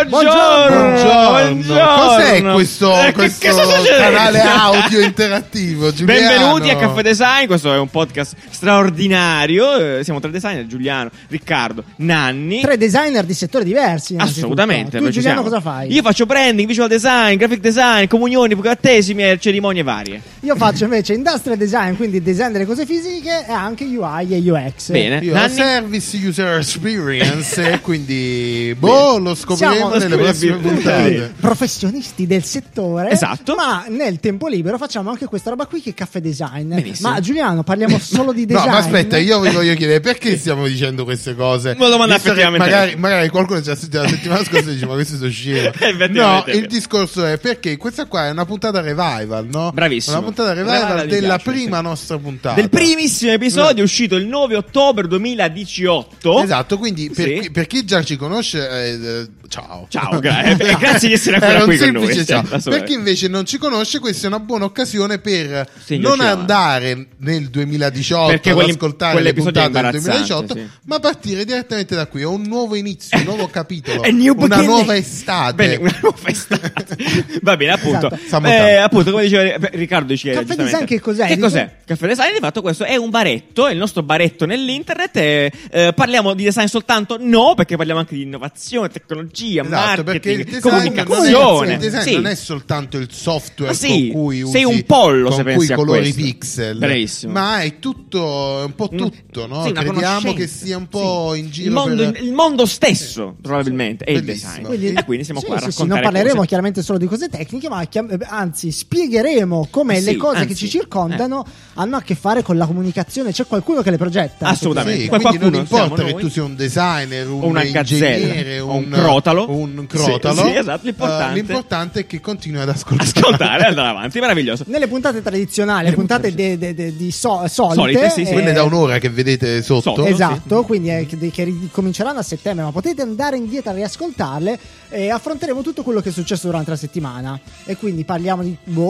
Buongiorno. Cos'è questo canale audio interattivo, Giuliano? Benvenuti a Caffè Design, questo è un podcast straordinario. Siamo 3 designer, Giuliano, Riccardo, Nanni. 3 designer di settori diversi. Assolutamente. Tu, Giuliano, cosa fai? Io faccio branding, visual design, graphic design, comunioni, battesimi e cerimonie varie. Io faccio invece industrial design, quindi design delle cose fisiche e anche UI e UX. Bene. Io ho service user experience, quindi lo scopriremo nelle prossime puntate. Professionisti del settore. Esatto. Ma nel tempo libero facciamo anche questa roba qui che è Caffè Design. Benissimo. Ma Giuliano, parliamo solo di design. No, ma aspetta, io vi voglio chiedere perché stiamo dicendo queste cose. Una domanda effettivamente. Magari qualcuno ci ha sentito la settimana scorsa e dice ma questo sono scemo. No, il discorso è perché questa qua è una puntata revival, no? Bravissimo. Una puntata revival della prima nostra puntata. Del primissimo episodio uscito il 9 ottobre 2018. Esatto, quindi per chi già ci conosce, ciao. Ciao, grazie di essere ancora qui con noi. Ciao. Per chi invece non ci conosce, questa è una buona occasione per non andare nel 2018 ad ascoltare le puntate del 2018, ma partire direttamente da qui. È un nuovo inizio, un nuovo capitolo, una nuova estate. Bene, una nuova estate. Va bene, appunto. Esatto. Appunto, come diceva Riccardo, diceva Caffè Design che cos'è? Che cos'è? Caffè Design, di fatto, questo è un baretto, è il nostro baretto nell'internet. Parliamo di design soltanto? No, perché parliamo anche di innovazione, tecnologia, marketing, comunicazione. Il design non è soltanto il software con cui usi, sei un pollo se pensi a colori questo. pixel. Bravissimo. Ma è tutto, un po' tutto, no? Sì, crediamo che sia un po' in giro il mondo stesso, probabilmente, è il Bellissimo. design. E quindi siamo qua a raccontare non parleremo cose. chiaramente solo di cose tecniche, ma anzi spiegheremo come le cose che ci circondano hanno a che fare con la comunicazione. C'è qualcuno che le progetta. Quindi Assolutamente. non importa che tu sia un designer, un ingegnere, un crotalo. Sì, esatto, l'importante è che continui ad ascoltare e andare avanti, meraviglioso. Nelle puntate tradizionali, le puntate di solite, quelle da un'ora che vedete sotto. Esatto, quindi che ricominceranno a settembre, ma potete andare indietro a riascoltarle e affronteremo tutto quello che è successo durante la settimana. E quindi parliamo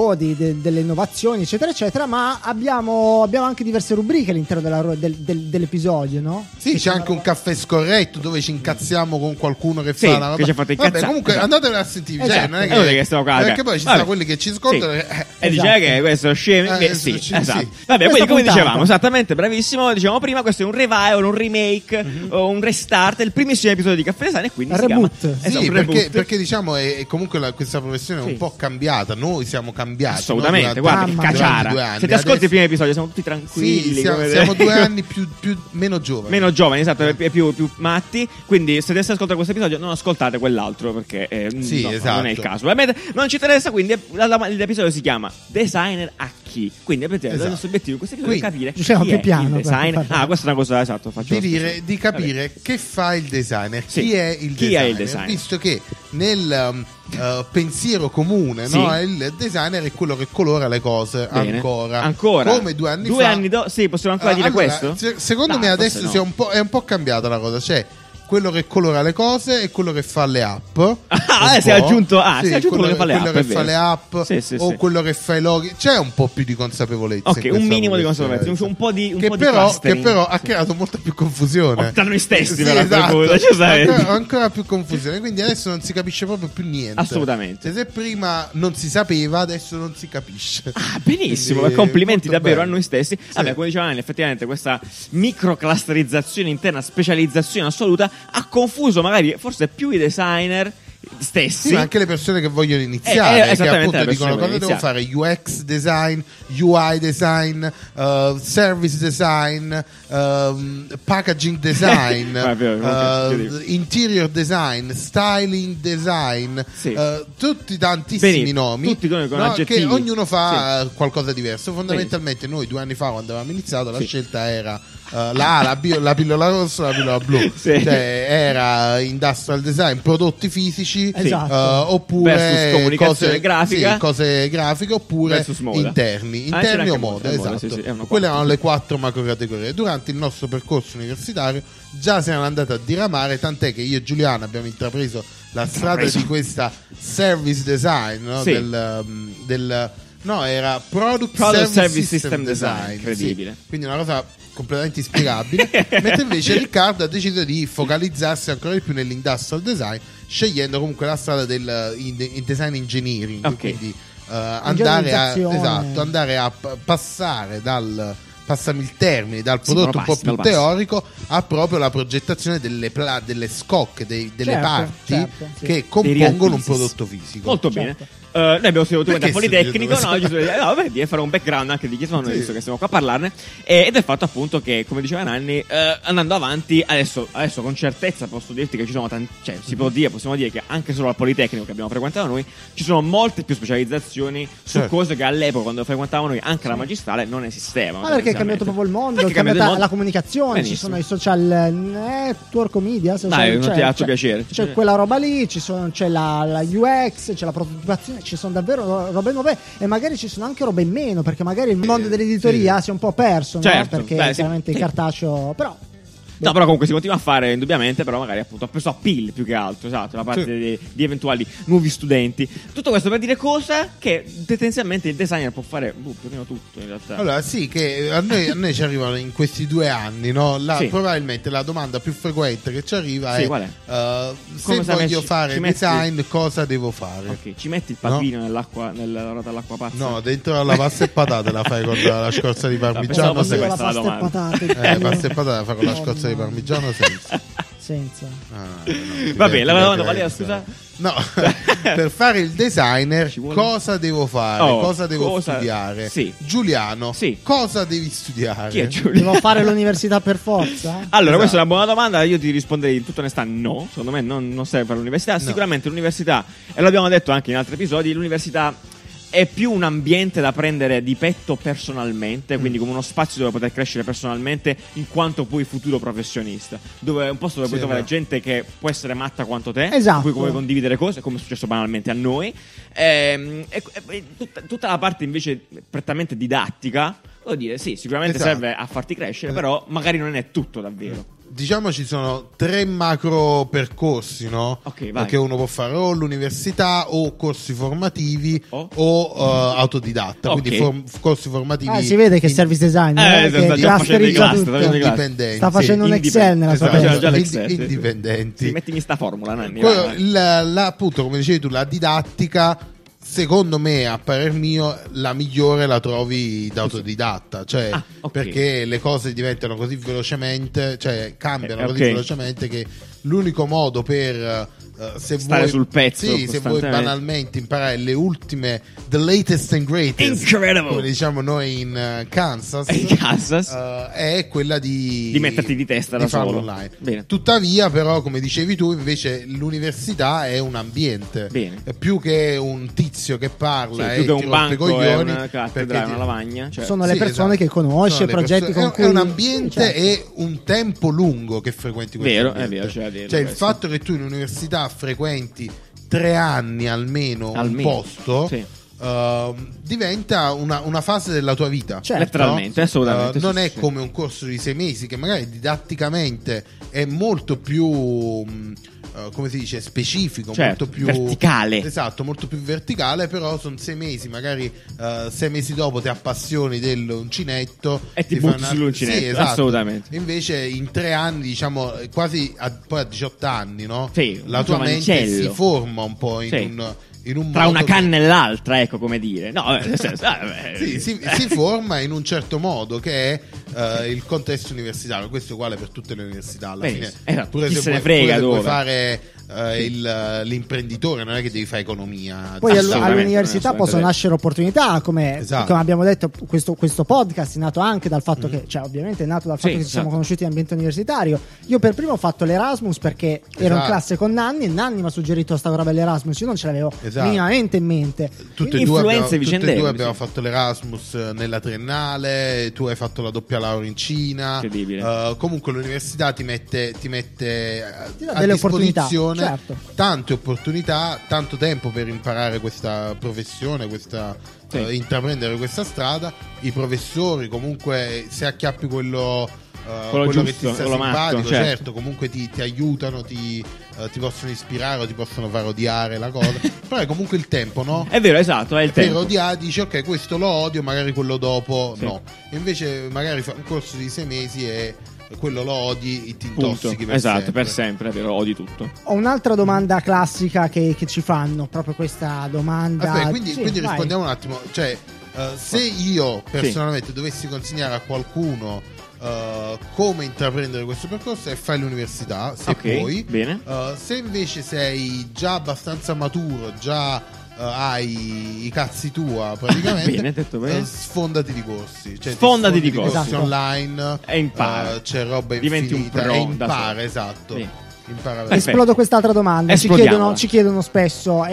delle innovazioni, eccetera, eccetera, ma abbiamo anche diverse rubriche all'interno dell'episodio, no? Sì, c'è anche un caffè scorretto dove ci incazziamo con qualcuno che fa la roba. Che ci ha fatto incazzare. Vabbè, comunque andatevela a sentire, esatto. non è che stiamo qua, perché poi ci sono quelli che ci ascoltano e dice che questo è scemo. Esatto. Vabbè, quindi come dicevamo, esattamente, bravissimo, dicevamo prima, questo è un revival, un remake, un restart, è il primissimo episodio di Caffè Design e quindi si chiama perché diciamo è comunque questa professione è un po' cambiata, noi siamo cambiati assolutamente, guarda, cacciara, se ti ascolti il primo episodio siamo tutti tranquilli, siamo 2 anni meno giovani, esatto, più matti, quindi se dovete ascoltare questo episodio non ascoltate quell'altro perché non è il caso, non ci interessa, quindi l'episodio si chiama Designer a chi, quindi il nostro obiettivo in questo episodio è capire chi è il designer. Questa è una cosa, esatto, di capire che fa il designer, chi è il designer, visto che nel pensiero comune, no? Il designer è quello che colora le cose. Ancora come 2 anni fa. Sì, possiamo ancora dire questo? Secondo me adesso è un po' cambiata la cosa, cioè quello che colora le cose e quello che fa le app. Si è aggiunto quello che fa le app. Quello che fa le app o quello che fa i loghi. C'è un po' più di consapevolezza. Ok, un minimo di consapevolezza. Un po' di che però ha creato molta più confusione. Tra noi stessi, ancora più confusione. Quindi adesso non si capisce proprio più niente. Assolutamente. Se prima non si sapeva, adesso non si capisce. Benissimo. Quindi, complimenti davvero a noi stessi. Vabbè, come dicevamo, effettivamente questa microclusterizzazione interna, specializzazione assoluta ha confuso magari forse più i designer stessi, ma anche le persone che vogliono iniziare, che appunto dicono cosa devo fare: UX design, UI design, service design, packaging design, interior design, styling design, tutti tantissimi nomi, tutti con che ognuno fa qualcosa diverso. Fondamentalmente noi 2 anni fa, quando avevamo iniziato, la scelta era la pillola rossa, la pillola blu, cioè era industrial design, prodotti fisici, oppure comunicazione grafica, cose grafiche, oppure interni o moda, esatto. Quelle erano le 4 macro categorie. Durante il nostro percorso universitario già siamo andati a diramare, tant'è che io e Giuliano abbiamo intrapreso la strada di questa service design, no? Era Product Service System Design. Incredibile. Quindi una cosa completamente inspiegabile. Mentre invece Riccardo ha deciso di focalizzarsi ancora di più nell'industrial design, scegliendo comunque la strada del in design engineering, quindi andare a passare passami il termine, dal prodotto un po' più teorico a proprio la progettazione delle scocche, delle parti che compongono un prodotto fisico. Molto bene. Noi abbiamo studiato al Politecnico, di fare un background anche di chi sono, visto che siamo qua a parlarne, ed è fatto appunto che, come diceva Nanni, andando avanti adesso con certezza posso dirti che ci sono possiamo dire che anche solo al Politecnico che abbiamo frequentato noi ci sono molte più specializzazioni su cose che all'epoca, quando frequentavamo noi, anche la magistrale, non esistevano. Ma perché è cambiato proprio il mondo, è cambiata la comunicazione. Benissimo. Ci sono i social network media, non ti faccio piacere, c'è quella roba lì, c'è la UX, c'è la prototipazione, ci sono davvero robe nuove, e magari ci sono anche robe in meno, perché magari il mondo dell'editoria si è un po' perso, no? Perché chiaramente il cartaceo, però no, però comunque si continua a fare indubbiamente, però magari appunto ha preso appeal più che altro, esatto, da parte di eventuali nuovi studenti. Tutto questo per dire cosa? Che tendenzialmente il designer può fare più o meno tutto in realtà. Allora sì, che a noi ci arrivano in questi 2 anni, no? Probabilmente la domanda più frequente che ci arriva è qual è? Se voglio fare design, cosa devo fare? Ok, ci metti il papino nell'acqua, nella rota dell'acqua pazza? No, dentro alla pasta e patate la fai con la scorza di parmigiano. Questa è la domanda. Pasta e patate la fai con la scorza di parmigiano senza. Va bene, la domanda qual è, scusa? No, per fare il designer cosa devo fare? Cosa devo studiare? Giuliano, cosa devi studiare? Chi è Giuliano? Devo fare l'università per forza? Allora, questa è una buona domanda. Io ti risponderei in tutta onestà no. Secondo me non serve fare l'università. Sicuramente l'università, e l'abbiamo detto anche in altri episodi, l'università è più un ambiente da prendere di petto personalmente, quindi come uno spazio dove poter crescere personalmente in quanto poi futuro professionista, dove è un posto dove puoi trovare gente che può essere matta quanto te, con cui puoi condividere cose, come è successo banalmente a noi, e tutta la parte invece prettamente didattica, devo dire, sicuramente serve a farti crescere, però magari non è tutto davvero. Diciamo ci sono 3 macro percorsi, no? Che uno può fare o l'università o corsi formativi o autodidatta. Quindi corsi formativi. Si vede che service design indipendenti. Sta facendo un Excel nella sua testa. Indipendenti. Mettimi sta formula, Nanni. Appunto, come dicevi tu, la didattica, secondo me, a parer mio, la migliore la trovi da autodidatta, perché le cose diventano così velocemente, cambiano così velocemente, che l'unico modo per se stare sul pezzo, se vuoi banalmente imparare le ultime, the latest and greatest, incredible, come diciamo noi in Kansas, è quella di metterti di testa da solo online. Bene. Tuttavia, però, come dicevi tu, invece l'università è un ambiente, è più che un tizio che parla, più che un banco, coglioni, una cattedra, una lavagna, sono le persone che conosce, progetti con cui è un ambiente e un tempo lungo che frequenti questo ambiente. Il fatto che tu in università frequenti 3 anni almeno un posto, diventa una fase della tua vita, letteralmente, assolutamente. Non è come un corso di 6 mesi che magari didatticamente è molto più come si dice, specifico, molto più verticale. Esatto, molto più verticale, però sono 6 mesi, magari 6 mesi dopo ti appassioni dell'uncinetto e ti butti sull'uncinetto, assolutamente. Invece in 3 anni, diciamo, quasi poi a 18 anni, no? La tua mente si forma un po' in un tra una canna e l'altra, ecco, come dire, no, nel senso, si forma in un certo modo, che è il contesto universitario. Questo è uguale per tutte le università alla fine. Pure se puoi fare l'imprenditore, non è che devi fare economia. Poi all'università possono nascere opportunità, come abbiamo detto. Questo podcast è nato anche dal fatto che, ovviamente è nato dal fatto che ci siamo conosciuti in ambiente universitario. Io per primo ho fatto l'Erasmus perché ero in classe con Nanni, e Nanni mi ha suggerito sta roba dell'Erasmus, io non ce l'avevo minimamente in mente. Tutte e due abbiamo fatto l'Erasmus nella triennale, tu hai fatto la doppia laurea in Cina. Comunque l'università ti mette a disposizione tante opportunità, tanto tempo per imparare questa professione, intraprendere questa strada. I professori, comunque, se acchiappi quello giusto, che ti sta simpatico, certo, comunque ti aiutano, ti possono ispirare o ti possono far odiare la cosa. Però è comunque il tempo, no? È vero, esatto, è il tempo. Per odiare dici ok, questo lo odio, magari quello dopo no. Invece magari fa un corso di 6 mesi e quello lo odi, ti intossichi per sempre. Per sempre, è vero, odi tutto. Ho un'altra domanda classica che ci fanno, proprio questa domanda. Aspetta, quindi rispondiamo un attimo, cioè se io personalmente dovessi consigliare a qualcuno come intraprendere questo percorso, è fai l'università, se puoi. Bene. Se invece sei già abbastanza maturo, già hai i cazzi tua praticamente, bene, detto bene. Sfondati di corsi, cioè sfondati di corsi, esatto. Online e impara, c'è roba diventi infinita, un pro, e impara, esatto. Sì. Esplodo quest'altra domanda. Ci chiedono spesso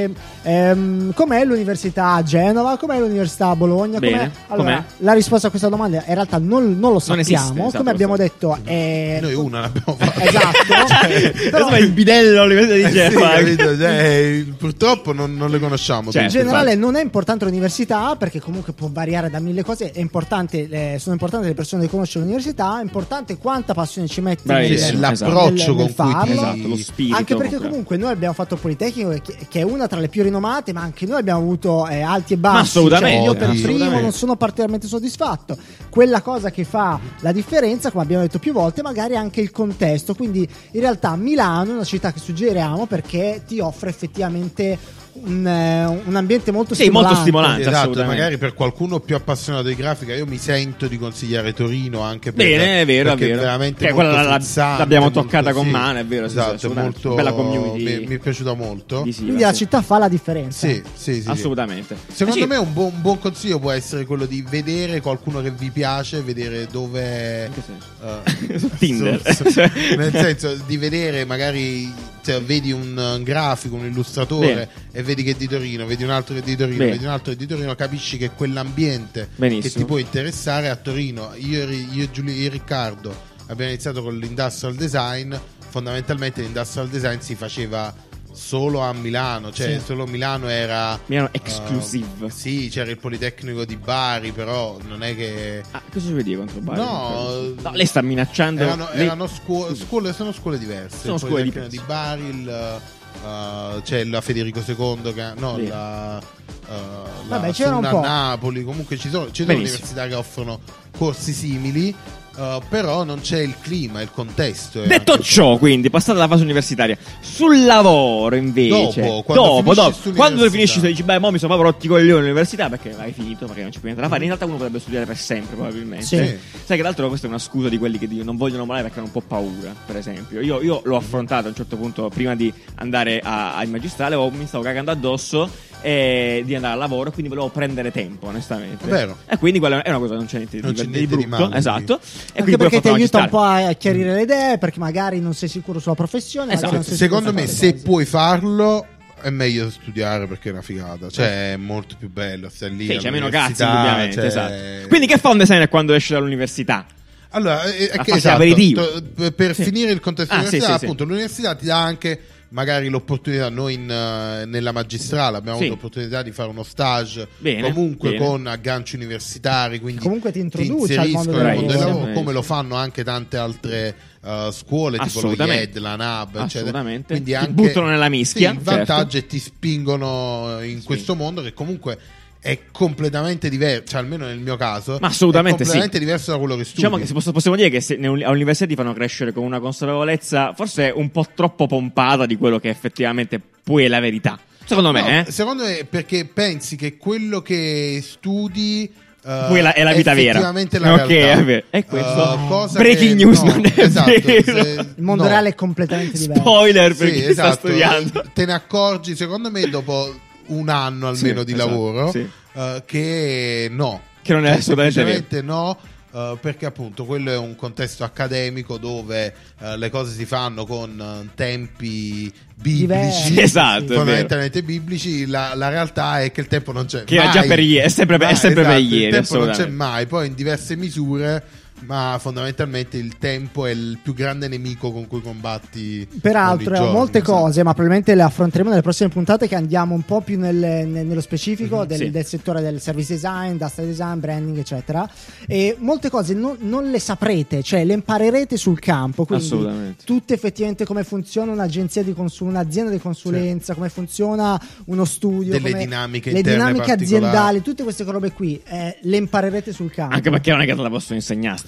com'è l'università a Genova, com'è l'università a Bologna. Bene, com'è? La risposta a questa domanda in realtà non lo sappiamo, esiste, esatto, come abbiamo detto noi una l'abbiamo fatta. Esatto. Però è il bidello all'università di Genova, purtroppo non le conosciamo, in generale non è importante l'università, perché comunque può variare da mille cose. È importante, sono importanti le persone che conoscono l'università, è importante quanta passione ci metti l'approccio con cui esatto, lo spirito. Anche perché comunque noi abbiamo fatto il Politecnico, che è una tra le più rinomate, ma anche noi abbiamo avuto alti e bassi. Assolutamente. Io per primo non sono particolarmente soddisfatto. Quella cosa che fa la differenza, come abbiamo detto più volte, magari anche il contesto. Quindi in realtà Milano è una città che suggeriamo perché ti offre effettivamente un ambiente molto stimolante. Molto stimolante, esatto. Magari per qualcuno più appassionato di grafica, io mi sento di consigliare Torino, anche perché è vero. veramente che quella l'abbiamo toccata con mano, è vero. Esatto, molto bella community. Mi è piaciuta molto. Quindi la città fa la differenza. Sì. Assolutamente. Secondo me un buon consiglio può essere quello di vedere qualcuno che vi piace, vedere dove su Tinder. Nel senso di vedere, magari vedi un grafico, un illustratore e vedi che è di Torino, vedi un altro che è di Torino, vedi un altro che è di Torino, capisci che quell'ambiente che ti può interessare a Torino. Io e Riccardo abbiamo iniziato con l'industrial design. Fondamentalmente l'industrial design si faceva solo a Milano, solo Milano era exclusive. Sì, c'era il Politecnico di Bari, però non è che cosa ci vedi contro Bari? No, lei sta minacciando. Erano scuole, sono scuole diverse. Sono il scuole Politecnico di Bari, c'è la Federico II vabbè, c'era un po' a Napoli. Comunque ci sono università che offrono corsi simili. Però non c'è il clima, il contesto. Detto ciò, quindi passata la fase universitaria, sul lavoro invece, quando finisci dici mo mi sono proprio rotti coglioni all'università, perché hai finito, perché non c'è più niente da fare. In realtà uno potrebbe studiare per sempre, probabilmente. Sai che d'altro questa è una scusa di quelli che non vogliono mollare perché hanno un po' paura. Per esempio io l'ho affrontato a un certo punto, prima di andare al magistrale mi stavo cagando addosso di andare al lavoro, quindi volevo prendere tempo, onestamente. È vero. E quindi quella è una cosa, non c'è niente di brutto, male, esatto. E anche perché ti aiuta un po' a chiarire le idee, perché magari non sei sicuro sulla professione. Secondo me, se puoi farlo, è meglio studiare, perché è una figata. È molto più bello stare lì. C'è meno cazzi, indubbiamente. Esatto. Quindi, che fa un designer quando esce dall'università? Allora, per finire il contesto dell'università, appunto, l'università ti dà anche magari l'opportunità. Noi nella magistrale abbiamo avuto l'opportunità di fare uno stage con agganci universitari, quindi comunque ti introduce al mondo del lavoro, come lo fanno anche tante altre scuole, tipo lo IED, la NAB, eccetera. Quindi anche ti buttano nella mischia. Il vantaggio è ti spingono in questo mondo che comunque è completamente diverso, almeno nel mio caso, ma assolutamente è completamente diverso da quello che studi. Diciamo che possiamo dire che all'università ti fanno crescere con una consapevolezza forse un po' troppo pompata di quello che effettivamente poi è la verità. Secondo me, Secondo me, perché pensi che quello che studi poi è la vita vera. Effettivamente la realtà. È questo. Breaking news, non è vero. Il mondo reale è completamente diverso. Spoiler per chi sta studiando. Te ne accorgi, secondo me, dopo un anno almeno di lavoro, che non è assolutamente no, perché appunto quello è un contesto accademico dove le cose si fanno con tempi biblici, fondamentalmente biblici. La realtà è che il tempo non c'è, che mai. È già per ieri, è sempre per ieri. Il tempo non c'è mai, poi in diverse misure, ma fondamentalmente il tempo è il più grande nemico con cui combatti. Peraltro molte cose, ma probabilmente le affronteremo nelle prossime puntate, che andiamo un po' più nello specifico del settore del service design, industrial design, branding, eccetera. E molte cose non le saprete, cioè le imparerete sul campo. Quindi tutte effettivamente come funziona un'agenzia di un'azienda di consulenza, come funziona uno studio, le dinamiche aziendali, tutte queste robe qui le imparerete sul campo. Anche perché non è che te la possono insegnare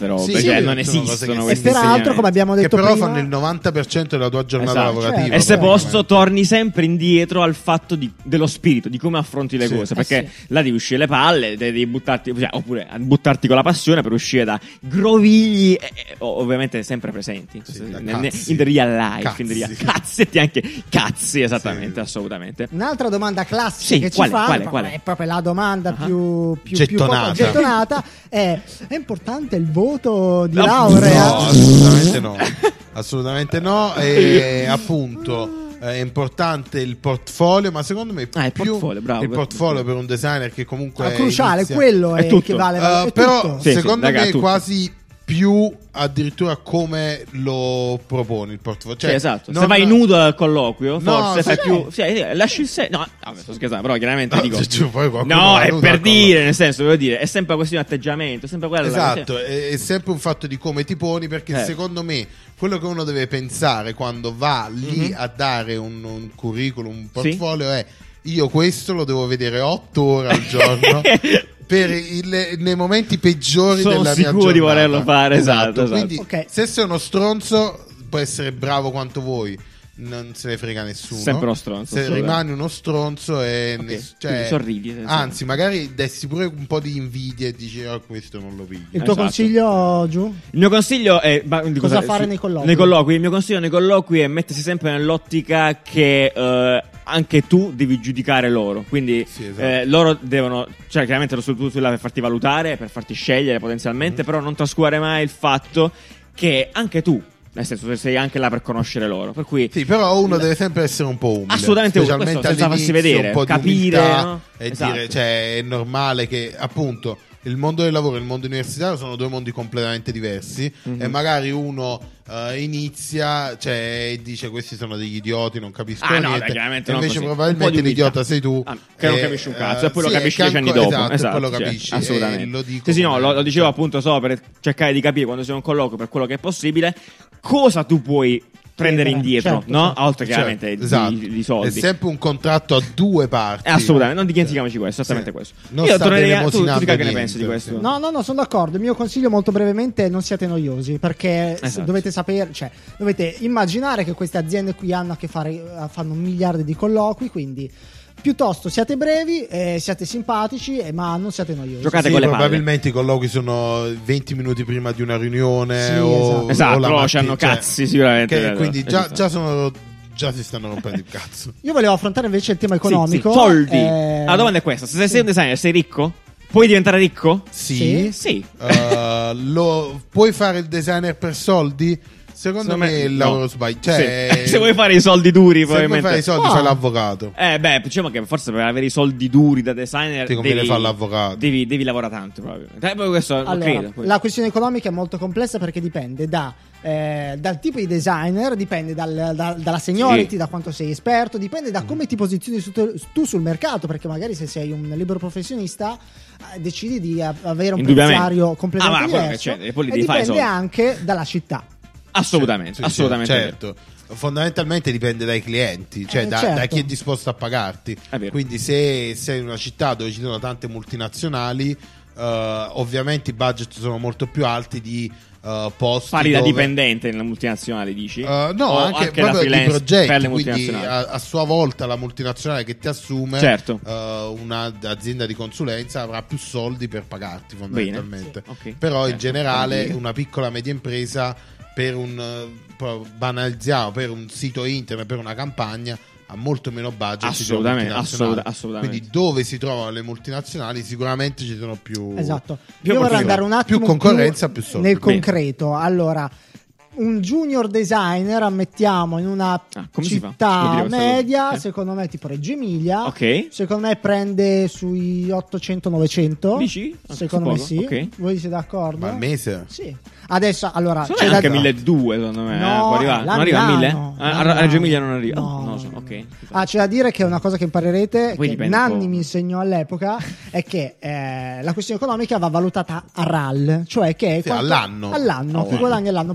queste robe, cioè non esistono questi e peraltro, come abbiamo detto che però prima, fanno il 90% della tua giornata lavorativa. Certo. E se posso torni sempre indietro al fatto dello spirito, di come affronti le cose, perché là devi uscire le palle, devi buttarti, oppure buttarti con la passione per uscire da grovigli ovviamente sempre presenti in the real life, cazzetti, anche cazzi, esattamente, assolutamente. Un'altra domanda classica che ci fanno, è proprio la domanda più gettonata, è importante il voto di laurea? No, assolutamente no, e appunto è importante il portfolio, ma secondo me il portfolio per un designer che comunque è cruciale, quello è tutto. Che vale però tutto. secondo me è quasi più addirittura come lo proponi il portfolio, cioè, esatto. Se vai nudo al colloquio, forse fai più lasci il sto scherzando, però chiaramente dico è per dire, nel senso, voglio dire, è sempre una questione di atteggiamento, è sempre quella, esatto, è sempre un fatto di come ti poni, perché secondo me quello che uno deve pensare quando va lì a dare un curriculum, un portfolio è: io questo lo devo vedere 8 ore al giorno nei momenti peggiori della mia giornata. Sono sicuro di volerlo fare, esatto. Quindi se sei uno stronzo puoi essere bravo quanto vuoi, non se ne frega nessuno. Sempre uno stronzo. Se rimani uno stronzo sorridi, anzi magari dessi pure un po' di invidia e dici questo non lo piglio. Il tuo consiglio, Giù? Il mio consiglio è cosa fare nei colloqui? Il mio consiglio nei colloqui è mettersi sempre nell'ottica che anche tu devi giudicare loro, quindi loro devono, cioè chiaramente lo tu là per farti valutare, per farti scegliere potenzialmente, però non trascurare mai il fatto che anche tu, nel senso, sei anche là per conoscere loro, per cui però uno deve sempre essere un po' umile, assolutamente, specialmente senza farsi vedere, un po' capire, no? E dire, cioè è normale che appunto il mondo del lavoro e il mondo universitario sono due mondi completamente diversi, e magari uno inizia, cioè, e dice questi sono degli idioti, non capiscono niente, e invece probabilmente l'idiota sei tu, che non capisci un cazzo, e poi lo capisci 10 anni dopo, esatto, poi lo capisci, assolutamente. Lo dico lo dicevo appunto solo per cercare di capire, quando sei un colloquio, per quello che è possibile, cosa tu puoi prendere indietro, no? Oltre chiaramente di soldi. È sempre un contratto a due parti. Assolutamente, non dimentichiamoci questo, esattamente questo. Io tornerei a tu che ne pensi di questo? No, sono d'accordo. Il mio consiglio molto brevemente: non siate noiosi, perché dovete sapere, cioè dovete immaginare che queste aziende qui hanno a che fare, fanno miliardi di colloqui, quindi piuttosto siate brevi, siate simpatici, ma non siate noiosi. Giocate con le probabilmente i colloqui sono 20 minuti prima di una riunione, esatto, c'hanno cazzi sicuramente, quindi già si stanno rompendo il cazzo. Io volevo affrontare invece il tema economico. Soldi. La domanda è questa: se sei un designer, sei ricco? Puoi diventare ricco? Sì. Puoi fare il designer per soldi? Secondo me il lavoro sbagliato. Cioè, se vuoi fare i soldi duri, se vuoi fare i soldi, fai l'avvocato. Diciamo che forse per avere i soldi duri da designer ti conviene fare l'avvocato. Devi lavorare tanto, proprio. Questo credo. La questione economica è molto complessa, perché dipende dal tipo di designer, dipende dalla seniority, da quanto sei esperto, dipende da come ti posizioni tu sul mercato, perché magari se sei un libero professionista decidi di avere un prezzario completamente diverso, e dipende anche dalla città. Assolutamente, assolutamente. Certo. Fondamentalmente dipende dai clienti, cioè da chi è disposto a pagarti. Quindi se sei in una città dove ci sono tante multinazionali, ovviamente i budget sono molto più alti di posti. Fari da dipendente nella multinazionale, dici? No, anche proprio di progetti, quindi a sua volta la multinazionale che ti assume, un'azienda di consulenza avrà più soldi per pagarti, fondamentalmente. Però in generale una piccola media impresa, per banalizziamo, per un sito internet, per una campagna, ha molto meno budget. Assolutamente. Quindi dove si trovano le multinazionali sicuramente ci sono più. Esatto. Io vorrei andare un attimo più concorrenza, più soldi. Nel concreto, allora, un junior designer, ammettiamo, in una città media, secondo me tipo Reggio Emilia, secondo me prende sui 800-900. Dici? Secondo me sì. Voi siete d'accordo? Ma al mese? Sì. Adesso, allora, c'è anche 1.200, secondo me. Può arrivare. Non arriva a 1.000? A Reggio Emilia non arriva. No. C'è da dire che è una cosa che imparerete, che Nanni mi insegnò all'epoca, è che la questione economica va valutata a RAL, cioè che all'anno tu guadagni all'anno. Però mi ricordo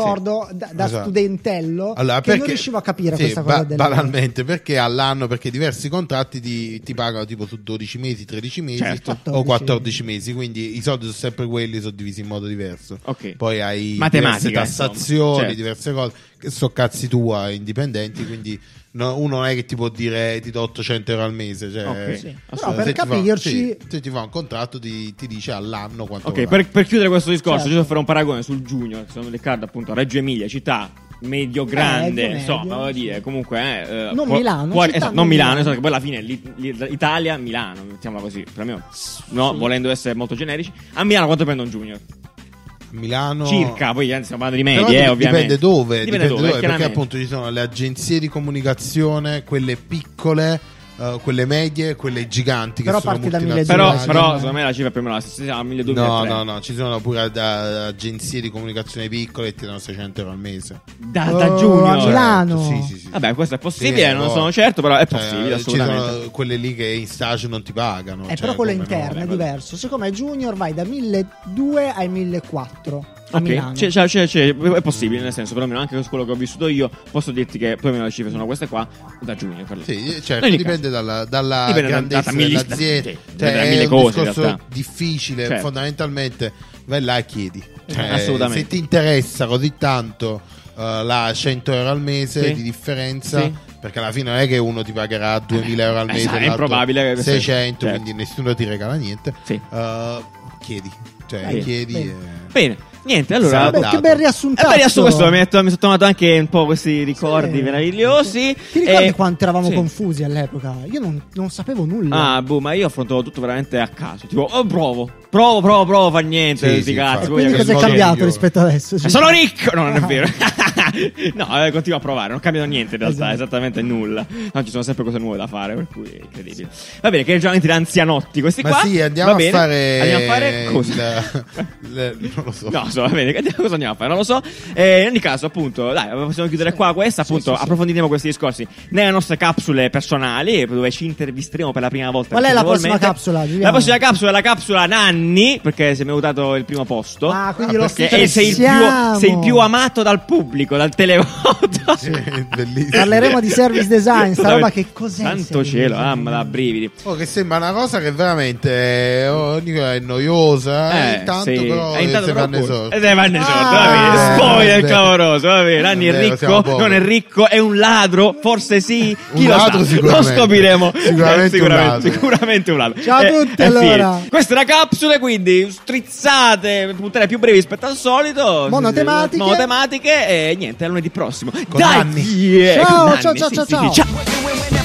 ricordo da studentello che non riuscivo a capire questa cosa banalmente, perché all'anno, perché diversi contratti ti pagano tipo su 12 mesi, 13 mesi o 14 mesi, quindi i soldi sono sempre quelli, sono divisi in modo diverso. Poi hai diverse tassazioni, diverse cose che sono cazzi tua indipendenti, quindi uno non è che ti può dire ti do 800 euro al mese, però per capirci, se ti fa un contratto ti dice all'anno quanto per chiudere questo discorso, ci devo fare un paragone sul Junior, che sono le card appunto a Reggio Emilia, città medio grande, insomma, voglio dire, comunque non Milano, non Milano, che poi alla fine Italia, Milano, mettiamola così, per me, volendo essere molto generici. A Milano quanto prende un Junior? Milano circa, poi stiamo parlando di medie, dipende ovviamente. dove, perché appunto ci sono le agenzie di comunicazione, quelle piccole, quelle medie, quelle giganti, però che sono parti da multinazionali. Però secondo me la cifra è più o meno la stessa, 1200. No, ci sono pure agenzie di comunicazione piccole che ti danno 600 euro al mese da Junior a Milano. Sì. Vabbè, questo è possibile, non sono certo, però è possibile, assolutamente. Ci sono quelle lì che in stage non ti pagano, però quello interno è diverso. Siccome Junior vai da 1.200 ai 1.400 a Milano. È possibile, nel senso, perlomeno anche con quello che ho vissuto io, posso dirti che più o meno le cifre sono queste qua da Junior. Sì, certo, dipende dalla grandezza dell'azienda, è un cose, discorso difficile, fondamentalmente vai là e chiedi, assolutamente. Se ti interessa così tanto la 100 euro al mese di differenza, perché alla fine non è che uno ti pagherà 2.000 euro al mese, è probabile 600, quindi nessuno ti regala niente. Chiedi. Bene, niente, allora che bel riassuntato. Questo mi sono tomato anche un po' questi ricordi meravigliosi. Ti ricordi quanto eravamo confusi all'epoca? Io non sapevo nulla. Ma io affrontavo tutto veramente a caso. Tipo, provo, fa niente. Cazzi. Quindi cosa è cambiato rispetto adesso? Sono ricco! No, non è vero. No, continuo a provare, non cambia niente in realtà, esattamente nulla. No, ci sono sempre cose nuove da fare, per cui è incredibile. Va bene, che ragionamenti da anzianotti questi qua. Sì, andiamo a fare cosa? Non lo so. No, va bene, cosa andiamo a fare? Non lo so. In ogni caso, appunto, dai, possiamo chiudere qua questa, appunto, approfondiremo questi discorsi nelle nostre capsule personali, dove ci intervisteremo per la prima volta. Qual è la prossima capsula? La prossima capsula è la capsula Nanni, perché si è votato il primo posto. Quindi lo sei il più amato dal pubblico, dal televoto. Bellissimo. Parleremo di service design, sta roba che cos'è? Santo cielo, ma da brividi. Che sembra una cosa che veramente è noiosa, intanto se vanno esordi. Spoiler clamoroso, va bene. Nanni è ricco, non è ricco, è un ladro, forse sì, chi lo sa, lo scopriremo. Sicuramente un ladro. Ciao a tutti, allora. Questa è la capsula, quindi strizzate, puntate più brevi rispetto al solito, monotematiche e niente, a lunedì prossimo. Con Nanni. Ciao.